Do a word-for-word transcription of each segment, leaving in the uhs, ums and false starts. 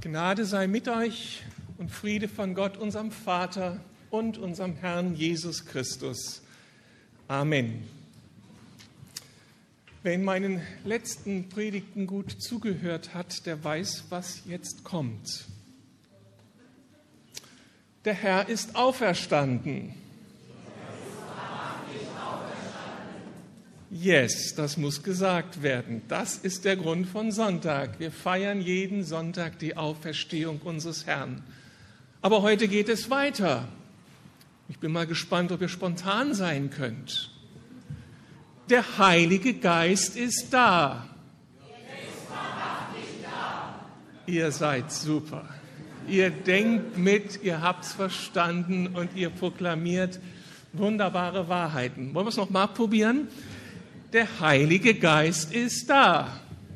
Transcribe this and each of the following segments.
Gnade sei mit euch und Friede von Gott, unserem Vater und unserem Herrn Jesus Christus. Amen. Wer in meinen letzten Predigten gut zugehört hat, der weiß, was jetzt kommt. Der Herr ist auferstanden. Yes, das muss gesagt werden. Das ist der Grund von Sonntag. Wir feiern jeden Sonntag die Auferstehung unseres Herrn. Aber heute geht es weiter. Ich bin mal gespannt, ob ihr spontan sein könnt. Der Heilige Geist ist da. Ihr seid super. Ihr denkt mit, ihr habt es verstanden und ihr proklamiert wunderbare Wahrheiten. Wollen wir es noch mal probieren? Der Heilige Geist ist da.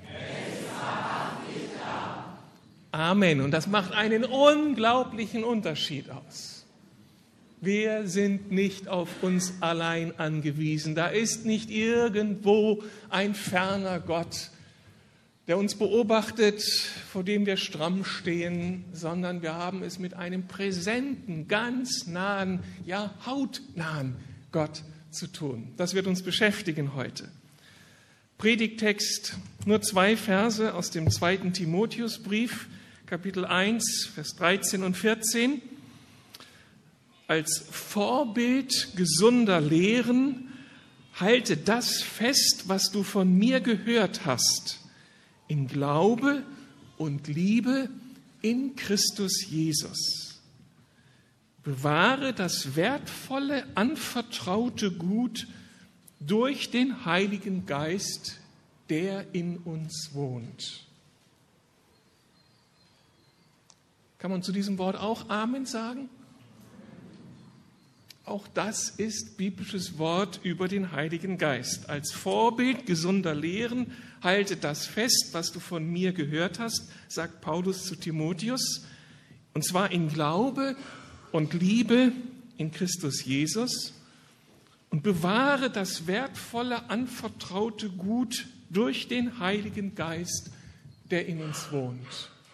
Amen. Und das macht einen unglaublichen Unterschied aus. Wir sind nicht auf uns allein angewiesen. Da ist nicht irgendwo ein ferner Gott, der uns beobachtet, vor dem wir stramm stehen, sondern wir haben es mit einem präsenten, ganz nahen, ja hautnahen Gott zu tun. Das wird uns beschäftigen heute. Predigttext, nur zwei Verse aus dem zweiten Timotheusbrief, Kapitel eins, Vers dreizehn und vierzehn. Als Vorbild gesunder Lehren halte das fest, was du von mir gehört hast, in Glaube und Liebe in Christus Jesus. Bewahre das wertvolle, anvertraute Gut durch den Heiligen Geist, der in uns wohnt. Kann man zu diesem Wort auch Amen sagen? Auch das ist biblisches Wort über den Heiligen Geist. Als Vorbild gesunder Lehren halte das fest, was du von mir gehört hast, sagt Paulus zu Timotheus, und zwar in Glaube und Liebe in Christus Jesus, und bewahre das wertvolle, anvertraute Gut durch den Heiligen Geist, der in uns wohnt.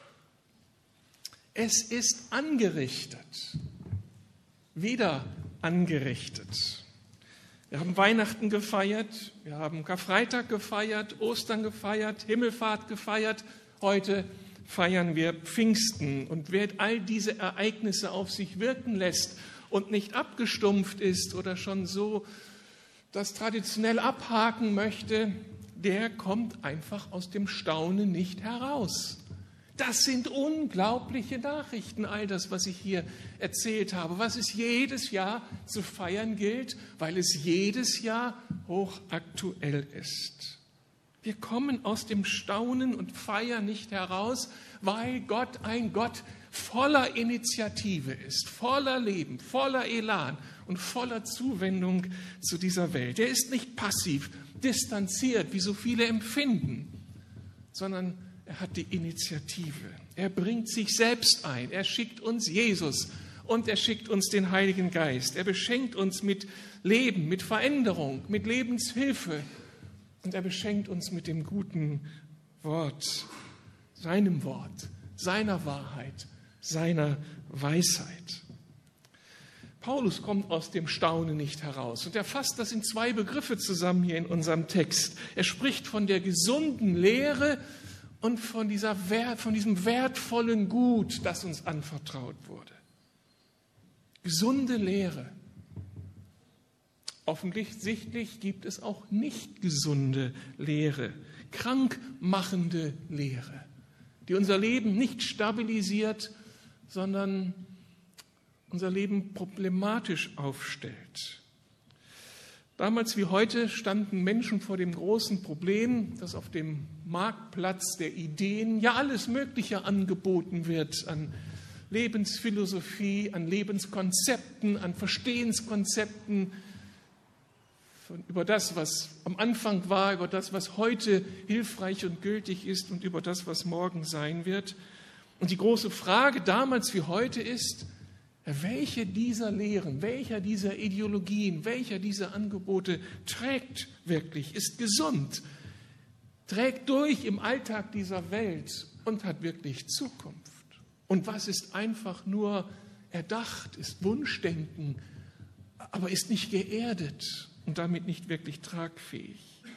Es ist angerichtet, wieder angerichtet. Wir haben Weihnachten gefeiert, wir haben Karfreitag gefeiert, Ostern gefeiert, Himmelfahrt gefeiert, heute feiern wir Pfingsten. Und wer all diese Ereignisse auf sich wirken lässt und nicht abgestumpft ist oder schon so das traditionell abhaken möchte, der kommt einfach aus dem Staunen nicht heraus. Das sind unglaubliche Nachrichten, all das, was ich hier erzählt habe, was es jedes Jahr zu feiern gilt, weil es jedes Jahr hochaktuell ist. Wir kommen aus dem Staunen und Feiern nicht heraus, weil Gott ein Gott voller Initiative ist, voller Leben, voller Elan und voller Zuwendung zu dieser Welt. Er ist nicht passiv, distanziert, wie so viele empfinden, sondern er hat die Initiative. Er bringt sich selbst ein. Er schickt uns Jesus und er schickt uns den Heiligen Geist. Er beschenkt uns mit Leben, mit Veränderung, mit Lebenshilfe. Und er beschenkt uns mit dem guten Wort, seinem Wort, seiner Wahrheit, seiner Weisheit. Paulus kommt aus dem Staunen nicht heraus. Und er fasst das in zwei Begriffe zusammen hier in unserem Text. Er spricht von der gesunden Lehre und von, dieser, von diesem wertvollen Gut, das uns anvertraut wurde. Gesunde Lehre. Offensichtlich gibt es auch nicht gesunde Lehre, krankmachende Lehre, die unser Leben nicht stabilisiert, sondern unser Leben problematisch aufstellt. Damals wie heute standen Menschen vor dem großen Problem, dass auf dem Marktplatz der Ideen ja alles Mögliche angeboten wird an Lebensphilosophie, an Lebenskonzepten, an Verstehenskonzepten, über das, was am Anfang war, über das, was heute hilfreich und gültig ist und über das, was morgen sein wird. Und die große Frage damals wie heute ist, welche dieser Lehren, welcher dieser Ideologien, welcher dieser Angebote trägt wirklich, ist gesund, trägt durch im Alltag dieser Welt und hat wirklich Zukunft. Und was ist einfach nur erdacht, ist Wunschdenken, aber ist nicht geerdet und damit nicht wirklich tragfähig.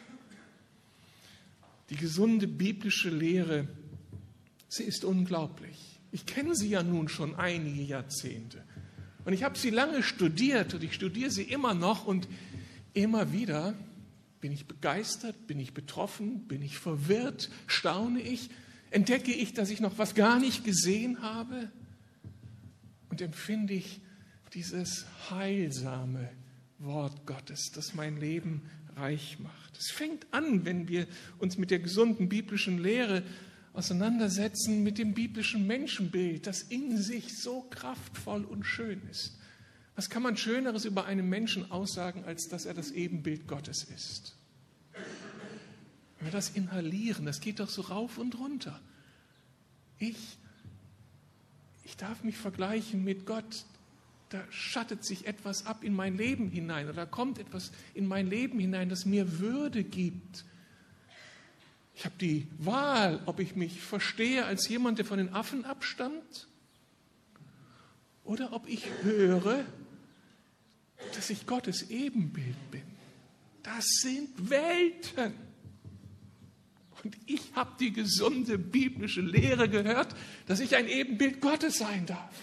Die gesunde biblische Lehre, sie ist unglaublich. Ich kenne sie ja nun schon einige Jahrzehnte. Und ich habe sie lange studiert und ich studiere sie immer noch und immer wieder bin ich begeistert, bin ich betroffen, bin ich verwirrt, staune ich, entdecke ich, dass ich noch was gar nicht gesehen habe und empfinde ich dieses heilsame Wort Gottes, das mein Leben reich macht. Es fängt an, wenn wir uns mit der gesunden biblischen Lehre auseinandersetzen, mit dem biblischen Menschenbild, das in sich so kraftvoll und schön ist. Was kann man Schöneres über einen Menschen aussagen, als dass er das Ebenbild Gottes ist? Wenn wir das inhalieren, das geht doch so rauf und runter. Ich, ich darf mich vergleichen mit Gott. Da schattet sich etwas ab in mein Leben hinein oder kommt etwas in mein Leben hinein, das mir Würde gibt. Ich habe die Wahl, ob ich mich verstehe als jemand, der von den Affen abstammt, oder ob ich höre, dass ich Gottes Ebenbild bin. Das sind Welten. Und ich habe die gesunde biblische Lehre gehört, dass ich ein Ebenbild Gottes sein darf.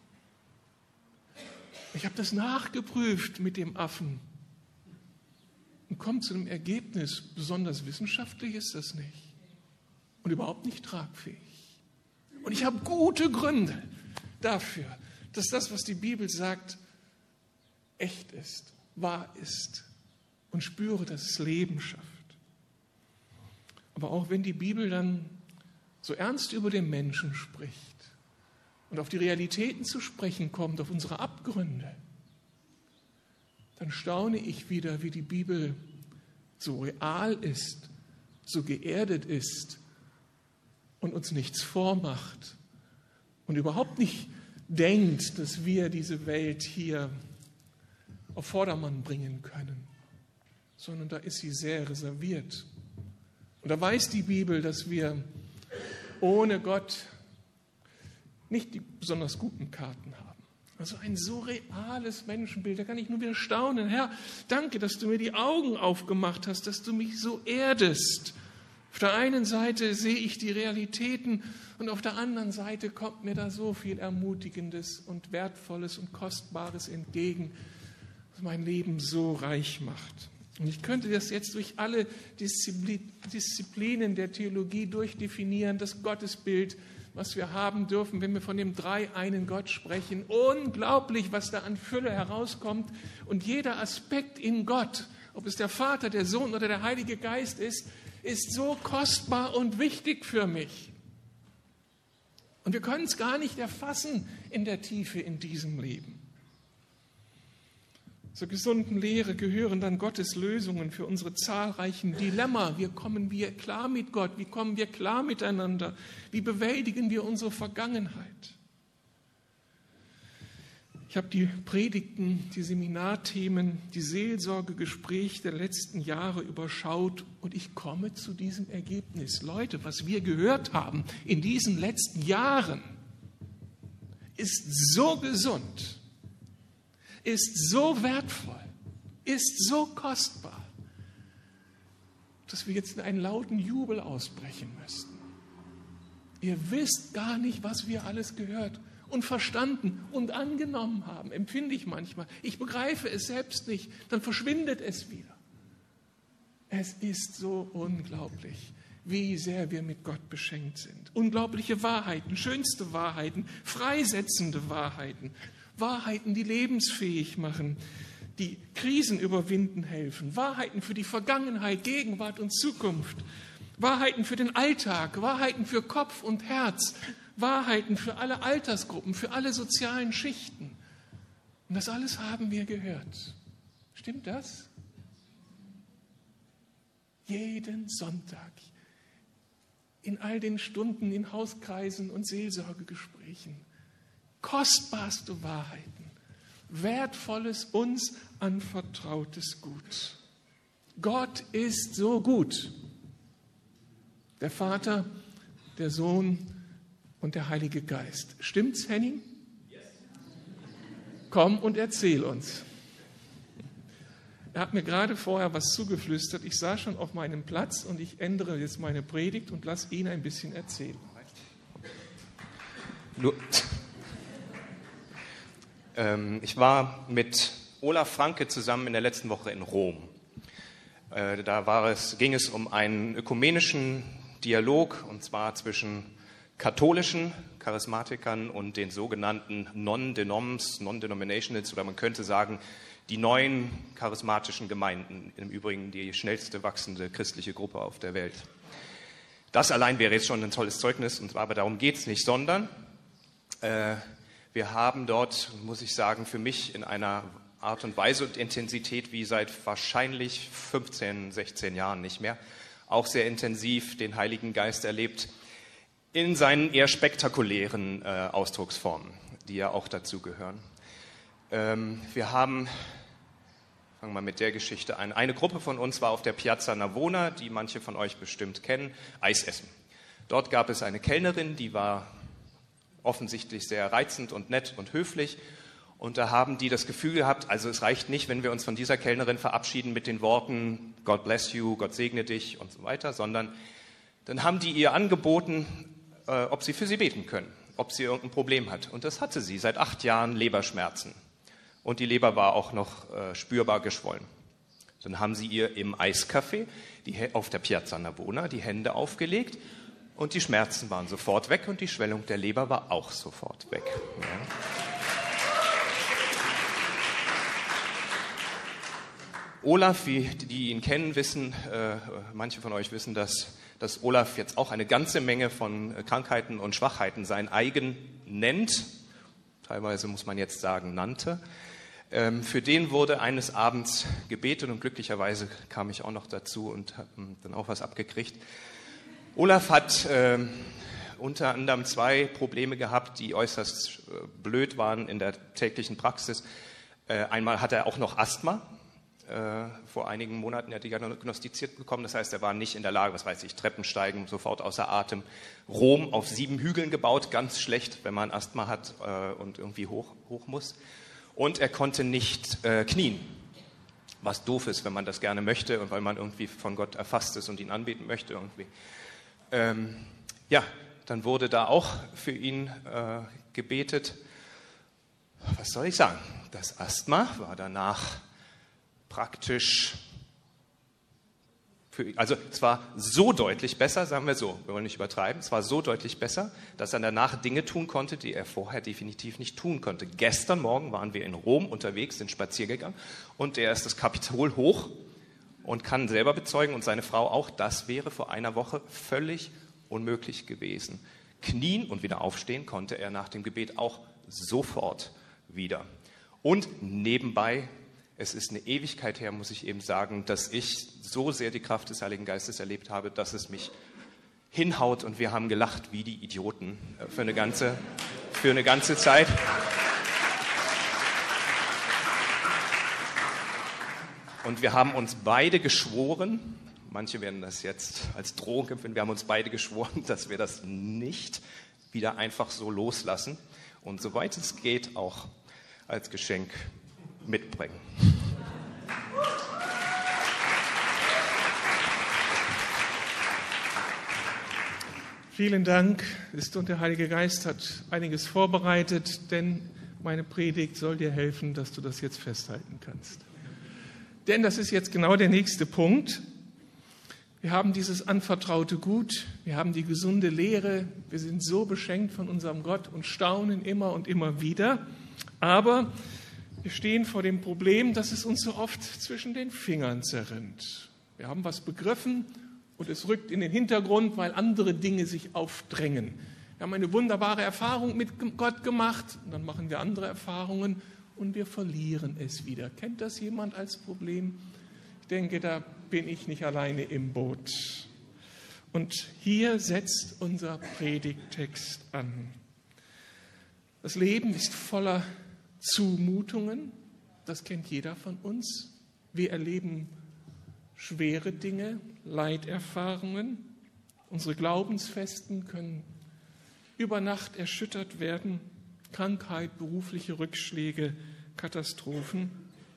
Ich habe das nachgeprüft mit dem Affen und komme zu einem Ergebnis, besonders wissenschaftlich ist das nicht und überhaupt nicht tragfähig. Und ich habe gute Gründe dafür, dass das, was die Bibel sagt, echt ist, wahr ist und spüre, dass es Leben schafft. Aber auch wenn die Bibel dann so ernst über den Menschen spricht und auf die Realitäten zu sprechen kommt, auf unsere Abgründe, dann staune ich wieder, wie die Bibel so real ist, so geerdet ist und uns nichts vormacht und überhaupt nicht denkt, dass wir diese Welt hier auf Vordermann bringen können, sondern da ist sie sehr reserviert. Und da weiß die Bibel, dass wir ohne Gott nicht die besonders guten Karten haben. Also ein so reales Menschenbild, da kann ich nur wieder staunen. Herr, danke, dass du mir die Augen aufgemacht hast, dass du mich so erdest. Auf der einen Seite sehe ich die Realitäten und auf der anderen Seite kommt mir da so viel Ermutigendes und Wertvolles und Kostbares entgegen, was mein Leben so reich macht. Und ich könnte das jetzt durch alle Disziplinen der Theologie durchdefinieren, das Gottesbild, was wir haben dürfen, wenn wir von dem dreieinen Gott sprechen. Unglaublich, was da an Fülle herauskommt. Und jeder Aspekt in Gott, ob es der Vater, der Sohn oder der Heilige Geist ist, ist so kostbar und wichtig für mich. Und wir können es gar nicht erfassen in der Tiefe in diesem Leben. Zur gesunden Lehre gehören dann Gottes Lösungen für unsere zahlreichen Dilemma. Wie kommen wir klar mit Gott? Wie kommen wir klar miteinander? Wie bewältigen wir unsere Vergangenheit? Ich habe die Predigten, die Seminarthemen, die Seelsorgegespräche der letzten Jahre überschaut und ich komme zu diesem Ergebnis. Leute, was wir gehört haben in diesen letzten Jahren, ist so gesund, ist so wertvoll, ist so kostbar, dass wir jetzt in einen lauten Jubel ausbrechen müssten. Ihr wisst gar nicht, was wir alles gehört und verstanden und angenommen haben, empfinde ich manchmal. Ich begreife es selbst nicht, dann verschwindet es wieder. Es ist so unglaublich, wie sehr wir mit Gott beschenkt sind. Unglaubliche Wahrheiten, schönste Wahrheiten, freisetzende Wahrheiten, Wahrheiten, die lebensfähig machen, die Krisen überwinden helfen, Wahrheiten für die Vergangenheit, Gegenwart und Zukunft, Wahrheiten für den Alltag, Wahrheiten für Kopf und Herz, Wahrheiten für alle Altersgruppen, für alle sozialen Schichten. Und das alles haben wir gehört. Stimmt das? Jeden Sonntag, in all den Stunden in Hauskreisen und Seelsorgegesprächen. Kostbarste Wahrheiten, wertvolles, uns anvertrautes Gut. Gott ist so gut. Der Vater, der Sohn und der Heilige Geist. Stimmt's, Henning? Komm und erzähl uns. Er hat mir gerade vorher was zugeflüstert. Ich saß schon auf meinem Platz und ich ändere jetzt meine Predigt und lasse ihn ein bisschen erzählen. Nur, ähm, ich war mit Olaf Franke zusammen in der letzten Woche in Rom. Äh, da war es, ging es um einen ökumenischen Dialog, und zwar zwischen katholischen Charismatikern und den sogenannten Non-Denoms, Non-Denominationals, oder man könnte sagen, die neuen charismatischen Gemeinden, im Übrigen die schnellste wachsende christliche Gruppe auf der Welt. Das allein wäre jetzt schon ein tolles Zeugnis, und aber darum geht es nicht, sondern äh, wir haben dort, muss ich sagen, für mich in einer Art und Weise und Intensität wie seit wahrscheinlich fünfzehn, sechzehn Jahren nicht mehr, auch sehr intensiv den Heiligen Geist erlebt, in seinen eher spektakulären äh, Ausdrucksformen, die ja auch dazu gehören. Ähm, wir haben, fangen wir mit der Geschichte an, eine Gruppe von uns war auf der Piazza Navona, die manche von euch bestimmt kennen, Eis essen. Dort gab es eine Kellnerin, die war offensichtlich sehr reizend und nett und höflich. Und da haben die das Gefühl gehabt, also es reicht nicht, wenn wir uns von dieser Kellnerin verabschieden mit den Worten God bless you, Gott segne dich und so weiter, sondern dann haben die ihr angeboten, äh, ob sie für sie beten können, ob sie irgendein Problem hat. Und das hatte sie, seit acht Jahren Leberschmerzen. Und die Leber war auch noch äh, spürbar geschwollen. Dann haben sie ihr im Eiscafé die, auf der Piazza Navona die Hände aufgelegt und die Schmerzen waren sofort weg und die Schwellung der Leber war auch sofort weg. Ja. Olaf, wie die ihn kennen, wissen, äh, manche von euch wissen, dass, dass Olaf jetzt auch eine ganze Menge von Krankheiten und Schwachheiten sein eigen nennt, teilweise muss man jetzt sagen nannte. Ähm, für den wurde eines Abends gebetet und glücklicherweise kam ich auch noch dazu und habe dann auch was abgekriegt. Olaf hat äh, unter anderem zwei Probleme gehabt, die äußerst äh, blöd waren in der täglichen Praxis. Äh, einmal hat er auch noch Asthma. Vor einigen Monaten er diagnostiziert bekommen. Das heißt, er war nicht in der Lage, was weiß ich, Treppen steigen, sofort außer Atem. Rom auf sieben Hügeln gebaut, ganz schlecht, wenn man Asthma hat äh, und irgendwie hoch, hoch muss. Und er konnte nicht äh, knien, was doof ist, wenn man das gerne möchte und weil man irgendwie von Gott erfasst ist und ihn anbeten möchte irgendwie. Ähm, ja, dann wurde da auch für ihn äh, gebetet. Was soll ich sagen? Das Asthma war danach praktisch, für, also es war so deutlich besser, sagen wir so, wir wollen nicht übertreiben, es war so deutlich besser, dass er danach Dinge tun konnte, die er vorher definitiv nicht tun konnte. Gestern Morgen waren wir in Rom unterwegs, sind spazieren gegangen und er ist das Kapitol hoch und kann selber bezeugen und seine Frau auch, das wäre vor einer Woche völlig unmöglich gewesen. Knien und wieder aufstehen konnte er nach dem Gebet auch sofort wieder. Und nebenbei, es ist eine Ewigkeit her, muss ich eben sagen, dass ich so sehr die Kraft des Heiligen Geistes erlebt habe, dass es mich hinhaut und wir haben gelacht wie die Idioten für eine ganze, für eine ganze Zeit. Und wir haben uns beide geschworen, manche werden das jetzt als Drohung empfinden, wir haben uns beide geschworen, dass wir das nicht wieder einfach so loslassen und soweit es geht auch als Geschenk mitbringen. Vielen Dank. Ist und der Heilige Geist hat einiges vorbereitet, denn meine Predigt soll dir helfen, dass du das jetzt festhalten kannst. Denn das ist jetzt genau der nächste Punkt. Wir haben dieses anvertraute Gut, wir haben die gesunde Lehre, wir sind so beschenkt von unserem Gott und staunen immer und immer wieder. Aber wir stehen vor dem Problem, dass es uns so oft zwischen den Fingern zerrinnt. Wir haben was begriffen und es rückt in den Hintergrund, weil andere Dinge sich aufdrängen. Wir haben eine wunderbare Erfahrung mit Gott gemacht und dann machen wir andere Erfahrungen und wir verlieren es wieder. Kennt das jemand als Problem? Ich denke, da bin ich nicht alleine im Boot. Und hier setzt unser Predigttext an. Das Leben ist voller Zumutungen, das kennt jeder von uns. Wir erleben schwere Dinge, Leiterfahrungen. Unsere Glaubensfesten können über Nacht erschüttert werden, Krankheit, berufliche Rückschläge, Katastrophen.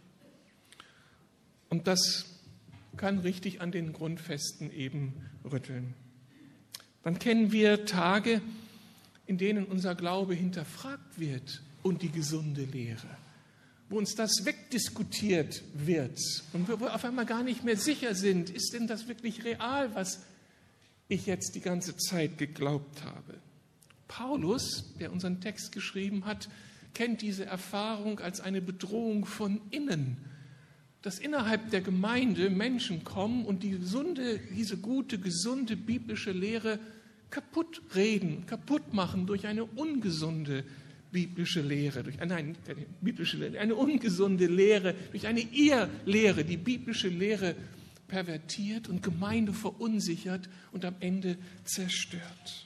Und das kann richtig an den Grundfesten eben rütteln. Dann kennen wir Tage, in denen unser Glaube hinterfragt wird und die gesunde Lehre, wo uns das wegdiskutiert wird und wo wir auf einmal gar nicht mehr sicher sind, ist denn das wirklich real, was ich jetzt die ganze Zeit geglaubt habe. Paulus, der unseren Text geschrieben hat, kennt diese Erfahrung als eine Bedrohung von innen, dass innerhalb der Gemeinde Menschen kommen und die gesunde, diese gute, gesunde biblische Lehre kaputt reden, kaputt machen durch eine ungesunde biblische Lehre, durch eine, eine, biblische Lehre, eine ungesunde Lehre, durch eine Irrlehre, die biblische Lehre pervertiert und Gemeinde verunsichert und am Ende zerstört.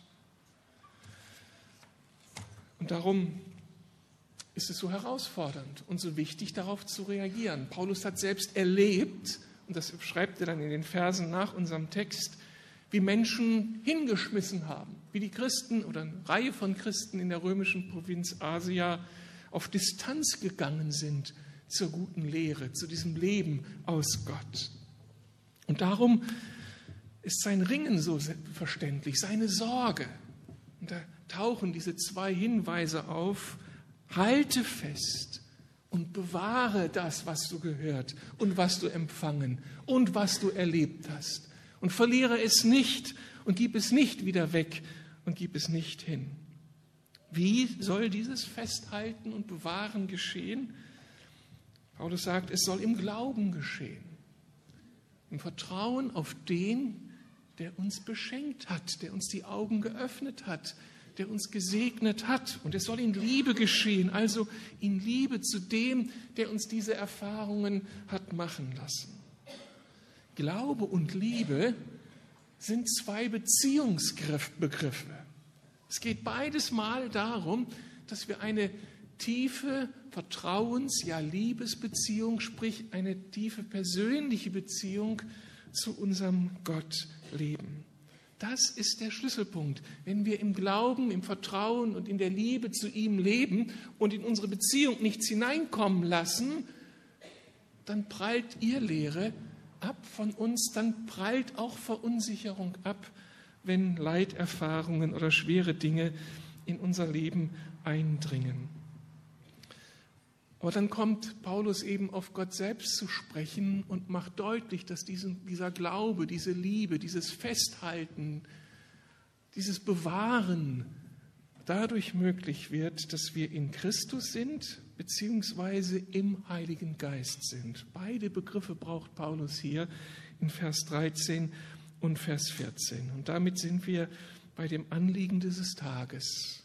Und darum ist es so herausfordernd und so wichtig, darauf zu reagieren. Paulus hat selbst erlebt, und das schreibt er dann in den Versen nach unserem Text, wie Menschen hingeschmissen haben, wie die Christen oder eine Reihe von Christen in der römischen Provinz Asia auf Distanz gegangen sind zur guten Lehre, zu diesem Leben aus Gott. Und darum ist sein Ringen so verständlich, seine Sorge. Und da tauchen diese zwei Hinweise auf: Halte fest und bewahre das, was du gehört und was du empfangen und was du erlebt hast. Und verliere es nicht und gib es nicht wieder weg und gib es nicht hin. Wie soll dieses Festhalten und Bewahren geschehen? Paulus sagt, es soll im Glauben geschehen. Im Vertrauen auf den, der uns beschenkt hat, der uns die Augen geöffnet hat, der uns gesegnet hat. Und es soll in Liebe geschehen, also in Liebe zu dem, der uns diese Erfahrungen hat machen lassen. Glaube und Liebe sind zwei Beziehungsbegriffe. Es geht beides mal darum, dass wir eine tiefe Vertrauens-, ja Liebesbeziehung, sprich eine tiefe persönliche Beziehung zu unserem Gott leben. Das ist der Schlüsselpunkt. Wenn wir im Glauben, im Vertrauen und in der Liebe zu ihm leben und in unsere Beziehung nichts hineinkommen lassen, dann prallt Irrlehre ab von uns, dann prallt auch Verunsicherung ab, wenn Leiterfahrungen oder schwere Dinge in unser Leben eindringen. Aber dann kommt Paulus eben auf Gott selbst zu sprechen und macht deutlich, dass diesen, dieser Glaube, diese Liebe, dieses Festhalten, dieses Bewahren dadurch möglich wird, dass wir in Christus sind, beziehungsweise im Heiligen Geist sind. Beide Begriffe braucht Paulus hier in Vers dreizehn und Vers vierzehn. Und damit sind wir bei dem Anliegen dieses Tages.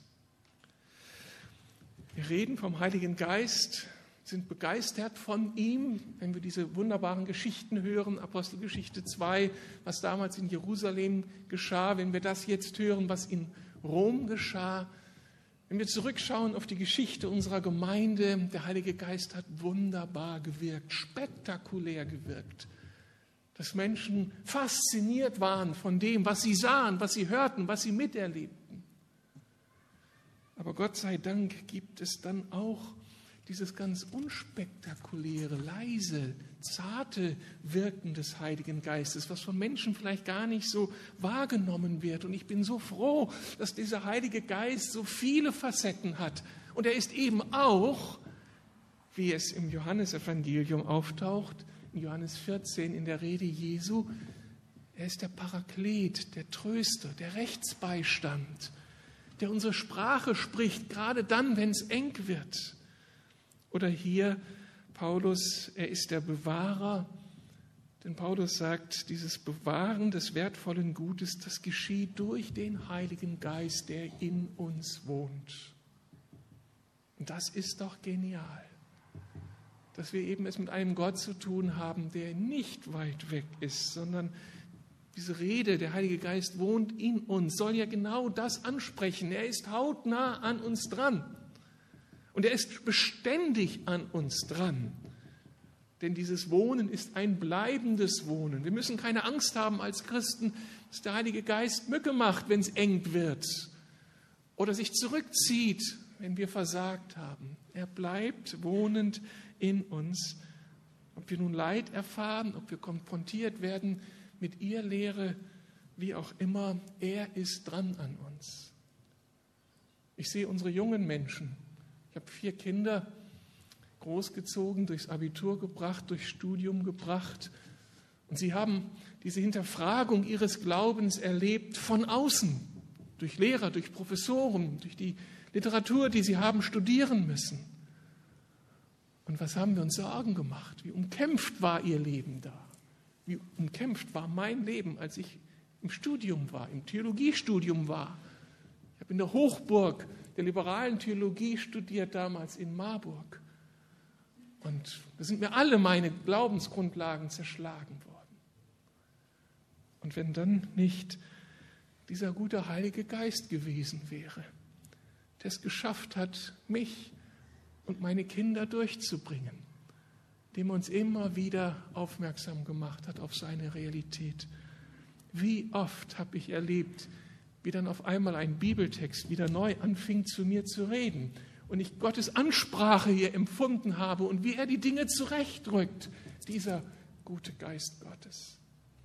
Wir reden vom Heiligen Geist, sind begeistert von ihm, wenn wir diese wunderbaren Geschichten hören, Apostelgeschichte zwei, was damals in Jerusalem geschah, wenn wir das jetzt hören, was in Rom geschah. Wenn wir zurückschauen auf die Geschichte unserer Gemeinde, der Heilige Geist hat wunderbar gewirkt, spektakulär gewirkt, dass Menschen fasziniert waren von dem, was sie sahen, was sie hörten, was sie miterlebten. Aber Gott sei Dank gibt es dann auch dieses ganz unspektakuläre, leise, zarte Wirken des Heiligen Geistes, was von Menschen vielleicht gar nicht so wahrgenommen wird. Und ich bin so froh, dass dieser Heilige Geist so viele Facetten hat. Und er ist eben auch, wie es im Johannesevangelium auftaucht, in Johannes vierzehn in der Rede Jesu, er ist der Paraklet, der Tröster, der Rechtsbeistand, der unsere Sprache spricht, gerade dann, wenn es eng wird. Oder hier Paulus, er ist der Bewahrer, denn Paulus sagt, dieses Bewahren des wertvollen Gutes, das geschieht durch den Heiligen Geist, der in uns wohnt. Und das ist doch genial, dass wir eben es mit einem Gott zu tun haben, der nicht weit weg ist, sondern diese Rede, der Heilige Geist wohnt in uns, soll ja genau das ansprechen. Er ist hautnah an uns dran. Und er ist beständig an uns dran. Denn dieses Wohnen ist ein bleibendes Wohnen. Wir müssen keine Angst haben als Christen, dass der Heilige Geist Mücke macht, wenn es eng wird. oder sich zurückzieht, wenn wir versagt haben. Er bleibt wohnend in uns. Ob wir nun Leid erfahren, ob wir konfrontiert werden mit Irrlehre, wie auch immer, er ist dran an uns. Ich sehe unsere jungen Menschen. Ich habe vier Kinder großgezogen, durchs Abitur gebracht, durchs Studium gebracht. Und sie haben diese Hinterfragung ihres Glaubens erlebt von außen, durch Lehrer, durch Professoren, durch die Literatur, die sie haben studieren müssen. Und was haben wir uns Sorgen gemacht? Wie umkämpft war ihr Leben da? Wie umkämpft war mein Leben, als ich im Studium war, im Theologiestudium war? Ich habe in der Hochburg der liberalen Theologie studiert, damals in Marburg. Und da sind mir alle meine Glaubensgrundlagen zerschlagen worden. Und wenn dann nicht dieser gute Heilige Geist gewesen wäre, der es geschafft hat, mich und meine Kinder durchzubringen, dem uns immer wieder aufmerksam gemacht hat auf seine Realität. Wie oft habe ich erlebt, wie dann auf einmal ein Bibeltext wieder neu anfing, zu mir zu reden und ich Gottes Ansprache hier empfunden habe und wie er die Dinge zurechtrückt, dieser gute Geist Gottes.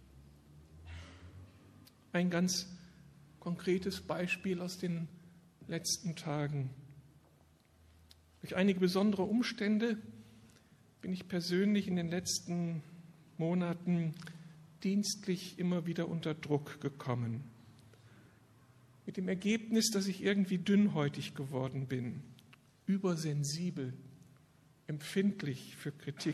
Ein ganz konkretes Beispiel aus den letzten Tagen. Durch einige besondere Umstände bin ich persönlich in den letzten Monaten dienstlich immer wieder unter Druck gekommen. Mit dem Ergebnis, dass ich irgendwie dünnhäutig geworden bin, übersensibel, empfindlich für Kritik.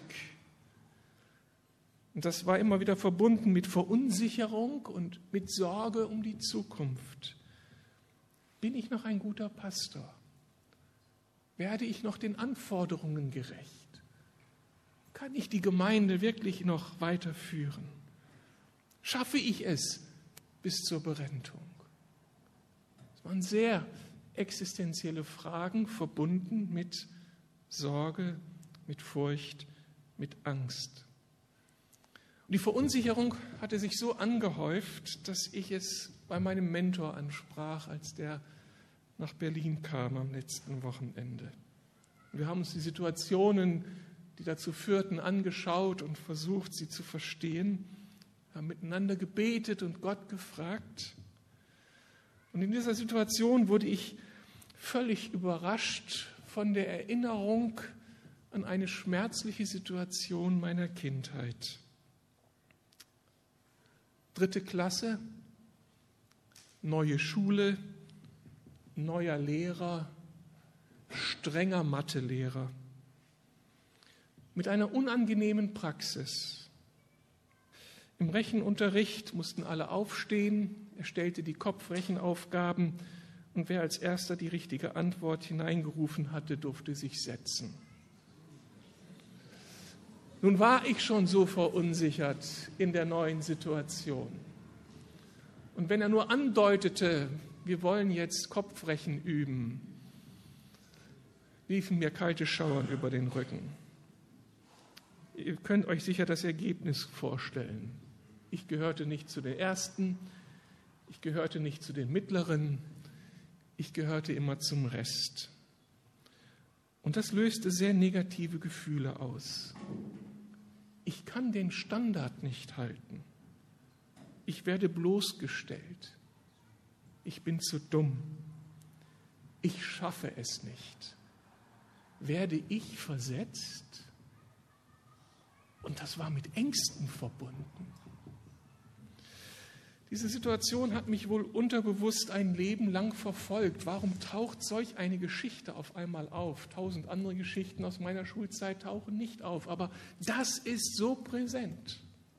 Und das war immer wieder verbunden mit Verunsicherung und mit Sorge um die Zukunft. Bin ich noch ein guter Pastor? Werde ich noch den Anforderungen gerecht? Kann ich die Gemeinde wirklich noch weiterführen? Schaffe ich es bis zur Berentung? Das waren sehr existenzielle Fragen, verbunden mit Sorge, mit Furcht, mit Angst. Und die Verunsicherung hatte sich so angehäuft, dass ich es bei meinem Mentor ansprach, als der nach Berlin kam am letzten Wochenende. Wir haben uns die Situationen, die dazu führten, angeschaut und versucht, sie zu verstehen, haben miteinander gebetet und Gott gefragt. Und in dieser Situation wurde ich völlig überrascht von der Erinnerung an eine schmerzliche Situation meiner Kindheit. Dritte Klasse, neue Schule, neuer Lehrer, strenger Mathelehrer. Mit einer unangenehmen Praxis. Im Rechenunterricht mussten alle aufstehen, er stellte die Kopfrechenaufgaben und wer als erster die richtige Antwort hineingerufen hatte, durfte sich setzen. Nun war ich schon so verunsichert in der neuen Situation. Und wenn er nur andeutete, wir wollen jetzt Kopfrechen üben, liefen mir kalte Schauer über den Rücken. Ihr könnt euch sicher das Ergebnis vorstellen. Ich gehörte nicht zu den Ersten, ich gehörte nicht zu den Mittleren, ich gehörte immer zum Rest. Und das löste sehr negative Gefühle aus. Ich kann den Standard nicht halten. Ich werde bloßgestellt. Ich bin zu dumm. Ich schaffe es nicht. Werde ich versetzt? Und das war mit Ängsten verbunden. Diese Situation hat mich wohl unterbewusst ein Leben lang verfolgt. Warum taucht solch eine Geschichte auf einmal auf? Tausend andere Geschichten aus meiner Schulzeit tauchen nicht auf, aber das ist so präsent.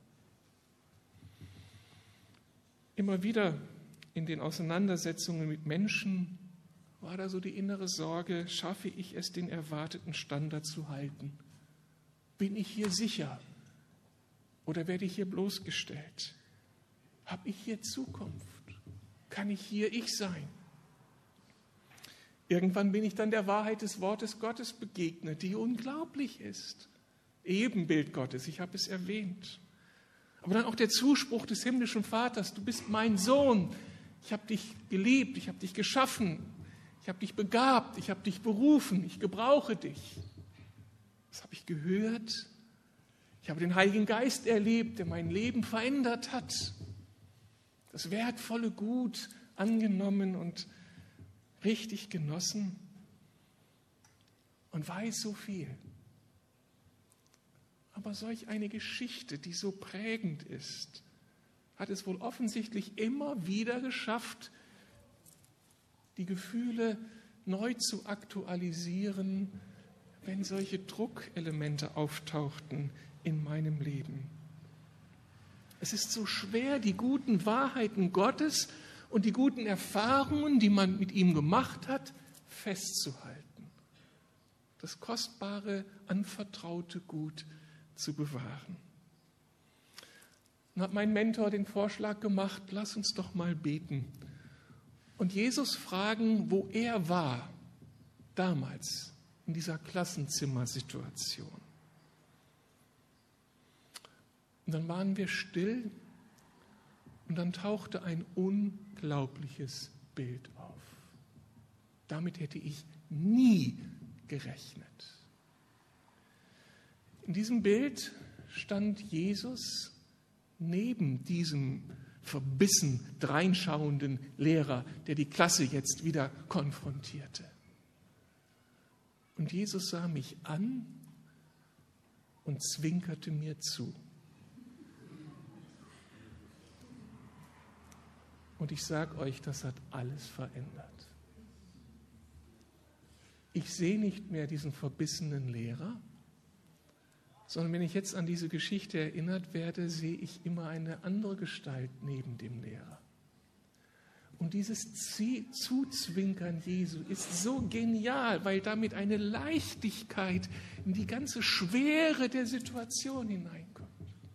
Immer wieder in den Auseinandersetzungen mit Menschen war da so die innere Sorge, schaffe ich es, den erwarteten Standard zu halten? Bin ich hier sicher oder werde ich hier bloßgestellt? Habe ich hier Zukunft? Kann ich hier ich sein? Irgendwann bin ich dann der Wahrheit des Wortes Gottes begegnet, die unglaublich ist. Ebenbild Gottes, ich habe es erwähnt. Aber dann auch der Zuspruch des himmlischen Vaters, du bist mein Sohn, ich habe dich geliebt, ich habe dich geschaffen, Ich habe dich begabt, ich habe dich berufen, ich gebrauche dich. Das habe ich gehört. Ich habe den Heiligen Geist erlebt, der mein Leben verändert hat. Das wertvolle Gut angenommen und richtig genossen und weiß so viel. Aber solch eine Geschichte, die so prägend ist, hat es wohl offensichtlich immer wieder geschafft, die Gefühle neu zu aktualisieren, wenn solche Druckelemente auftauchten in meinem Leben. Es ist so schwer, die guten Wahrheiten Gottes und die guten Erfahrungen, die man mit ihm gemacht hat, festzuhalten. Das kostbare, anvertraute Gut zu bewahren. Dann hat mein Mentor den Vorschlag gemacht, lass uns doch mal beten und Jesus fragen, wo er war, damals in dieser Klassenzimmersituation. Und dann waren wir still und dann tauchte ein unglaubliches Bild auf. Damit hätte ich nie gerechnet. In diesem Bild stand Jesus neben diesem verbissen dreinschauenden Lehrer, der die Klasse jetzt wieder konfrontierte. Und Jesus sah mich an und zwinkerte mir zu. Und ich sage euch, das hat alles verändert. Ich sehe nicht mehr diesen verbissenen Lehrer, sondern wenn ich jetzt an diese Geschichte erinnert werde, sehe ich immer eine andere Gestalt neben dem Lehrer. Und dieses Zuzwinkern Jesu ist so genial, weil damit eine Leichtigkeit in die ganze Schwere der Situation hineinkommt.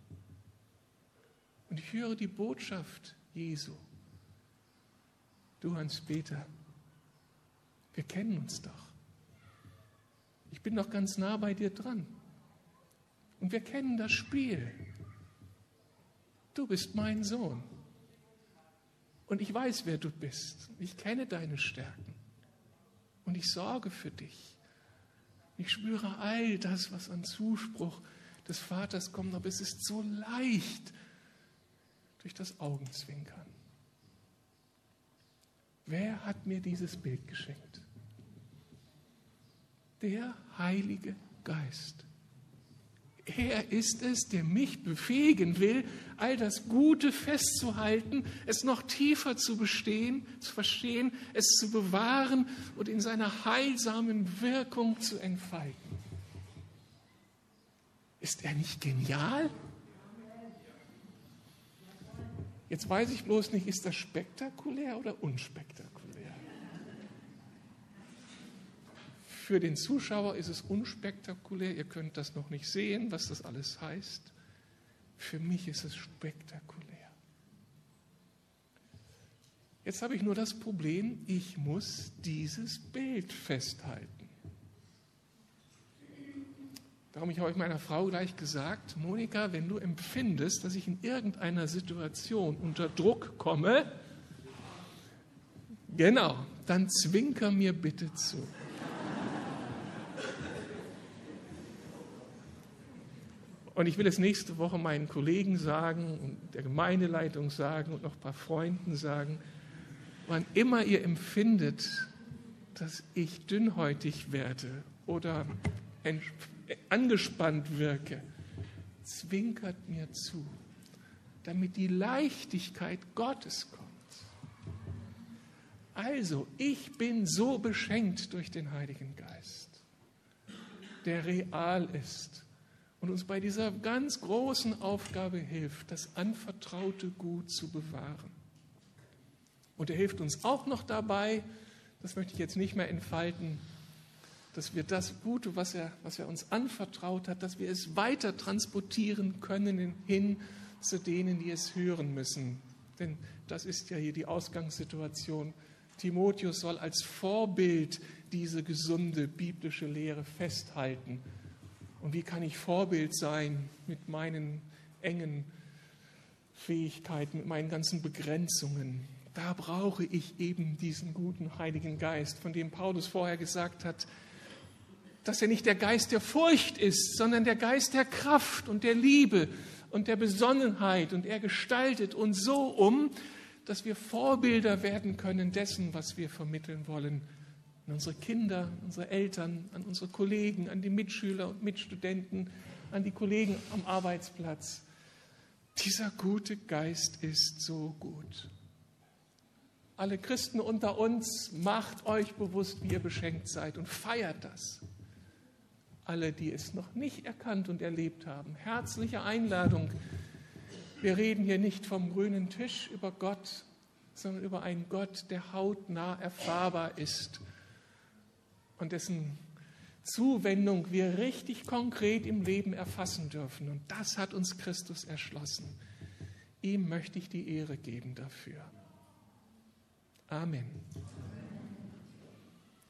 Und ich höre die Botschaft Jesu. Du, Hans-Peter, wir kennen uns doch. Ich bin doch ganz nah bei dir dran. Und wir kennen das Spiel. Du bist mein Sohn. Und ich weiß, wer du bist. Ich kenne deine Stärken. Und ich sorge für dich. Ich spüre all das, was an Zuspruch des Vaters kommt. Aber es ist so leicht durch das Augenzwinkern. Wer hat mir dieses Bild geschenkt? Der Heilige Geist. Er ist es, der mich befähigen will, all das Gute festzuhalten, es noch tiefer zu bestehen, zu verstehen, es zu bewahren und in seiner heilsamen Wirkung zu entfalten. Ist er nicht genial? Jetzt weiß ich bloß nicht, ist das spektakulär oder unspektakulär? Für den Zuschauer ist es unspektakulär. Ihr könnt das noch nicht sehen, was das alles heißt. Für mich ist es spektakulär. Jetzt habe ich nur das Problem, ich muss dieses Bild festhalten. Darum habe ich meiner Frau gleich gesagt, Monika, wenn du empfindest, dass ich in irgendeiner Situation unter Druck komme, genau, dann zwinker mir bitte zu. Und ich will es nächste Woche meinen Kollegen sagen und der Gemeindeleitung sagen und noch ein paar Freunden sagen, wann immer ihr empfindet, dass ich dünnhäutig werde oder angespannt wirke, zwinkert mir zu, damit die Leichtigkeit Gottes kommt. Also, ich bin so beschenkt durch den Heiligen Geist, der real ist und uns bei dieser ganz großen Aufgabe hilft, das anvertraute Gut zu bewahren. Und er hilft uns auch noch dabei, das möchte ich jetzt nicht mehr entfalten, dass wir das Gute, was er, was er uns anvertraut hat, dass wir es weiter transportieren können hin zu denen, die es hören müssen. Denn das ist ja hier die Ausgangssituation. Timotheus soll als Vorbild diese gesunde biblische Lehre festhalten. Und wie kann ich Vorbild sein mit meinen engen Fähigkeiten, mit meinen ganzen Begrenzungen? Da brauche ich eben diesen guten Heiligen Geist, von dem Paulus vorher gesagt hat, dass er nicht der Geist der Furcht ist, sondern der Geist der Kraft und der Liebe und der Besonnenheit. Und er gestaltet uns so um, dass wir Vorbilder werden können dessen, was wir vermitteln wollen. An unsere Kinder, an unsere Eltern, an unsere Kollegen, an die Mitschüler und Mitstudenten, an die Kollegen am Arbeitsplatz. Dieser gute Geist ist so gut. Alle Christen unter uns, macht euch bewusst, wie ihr beschenkt seid und feiert das. Alle, die es noch nicht erkannt und erlebt haben, herzliche Einladung. Wir reden hier nicht vom grünen Tisch über Gott, sondern über einen Gott, der hautnah erfahrbar ist und dessen Zuwendung wir richtig konkret im Leben erfassen dürfen. Und das hat uns Christus erschlossen. Ihm möchte ich die Ehre geben dafür. Amen.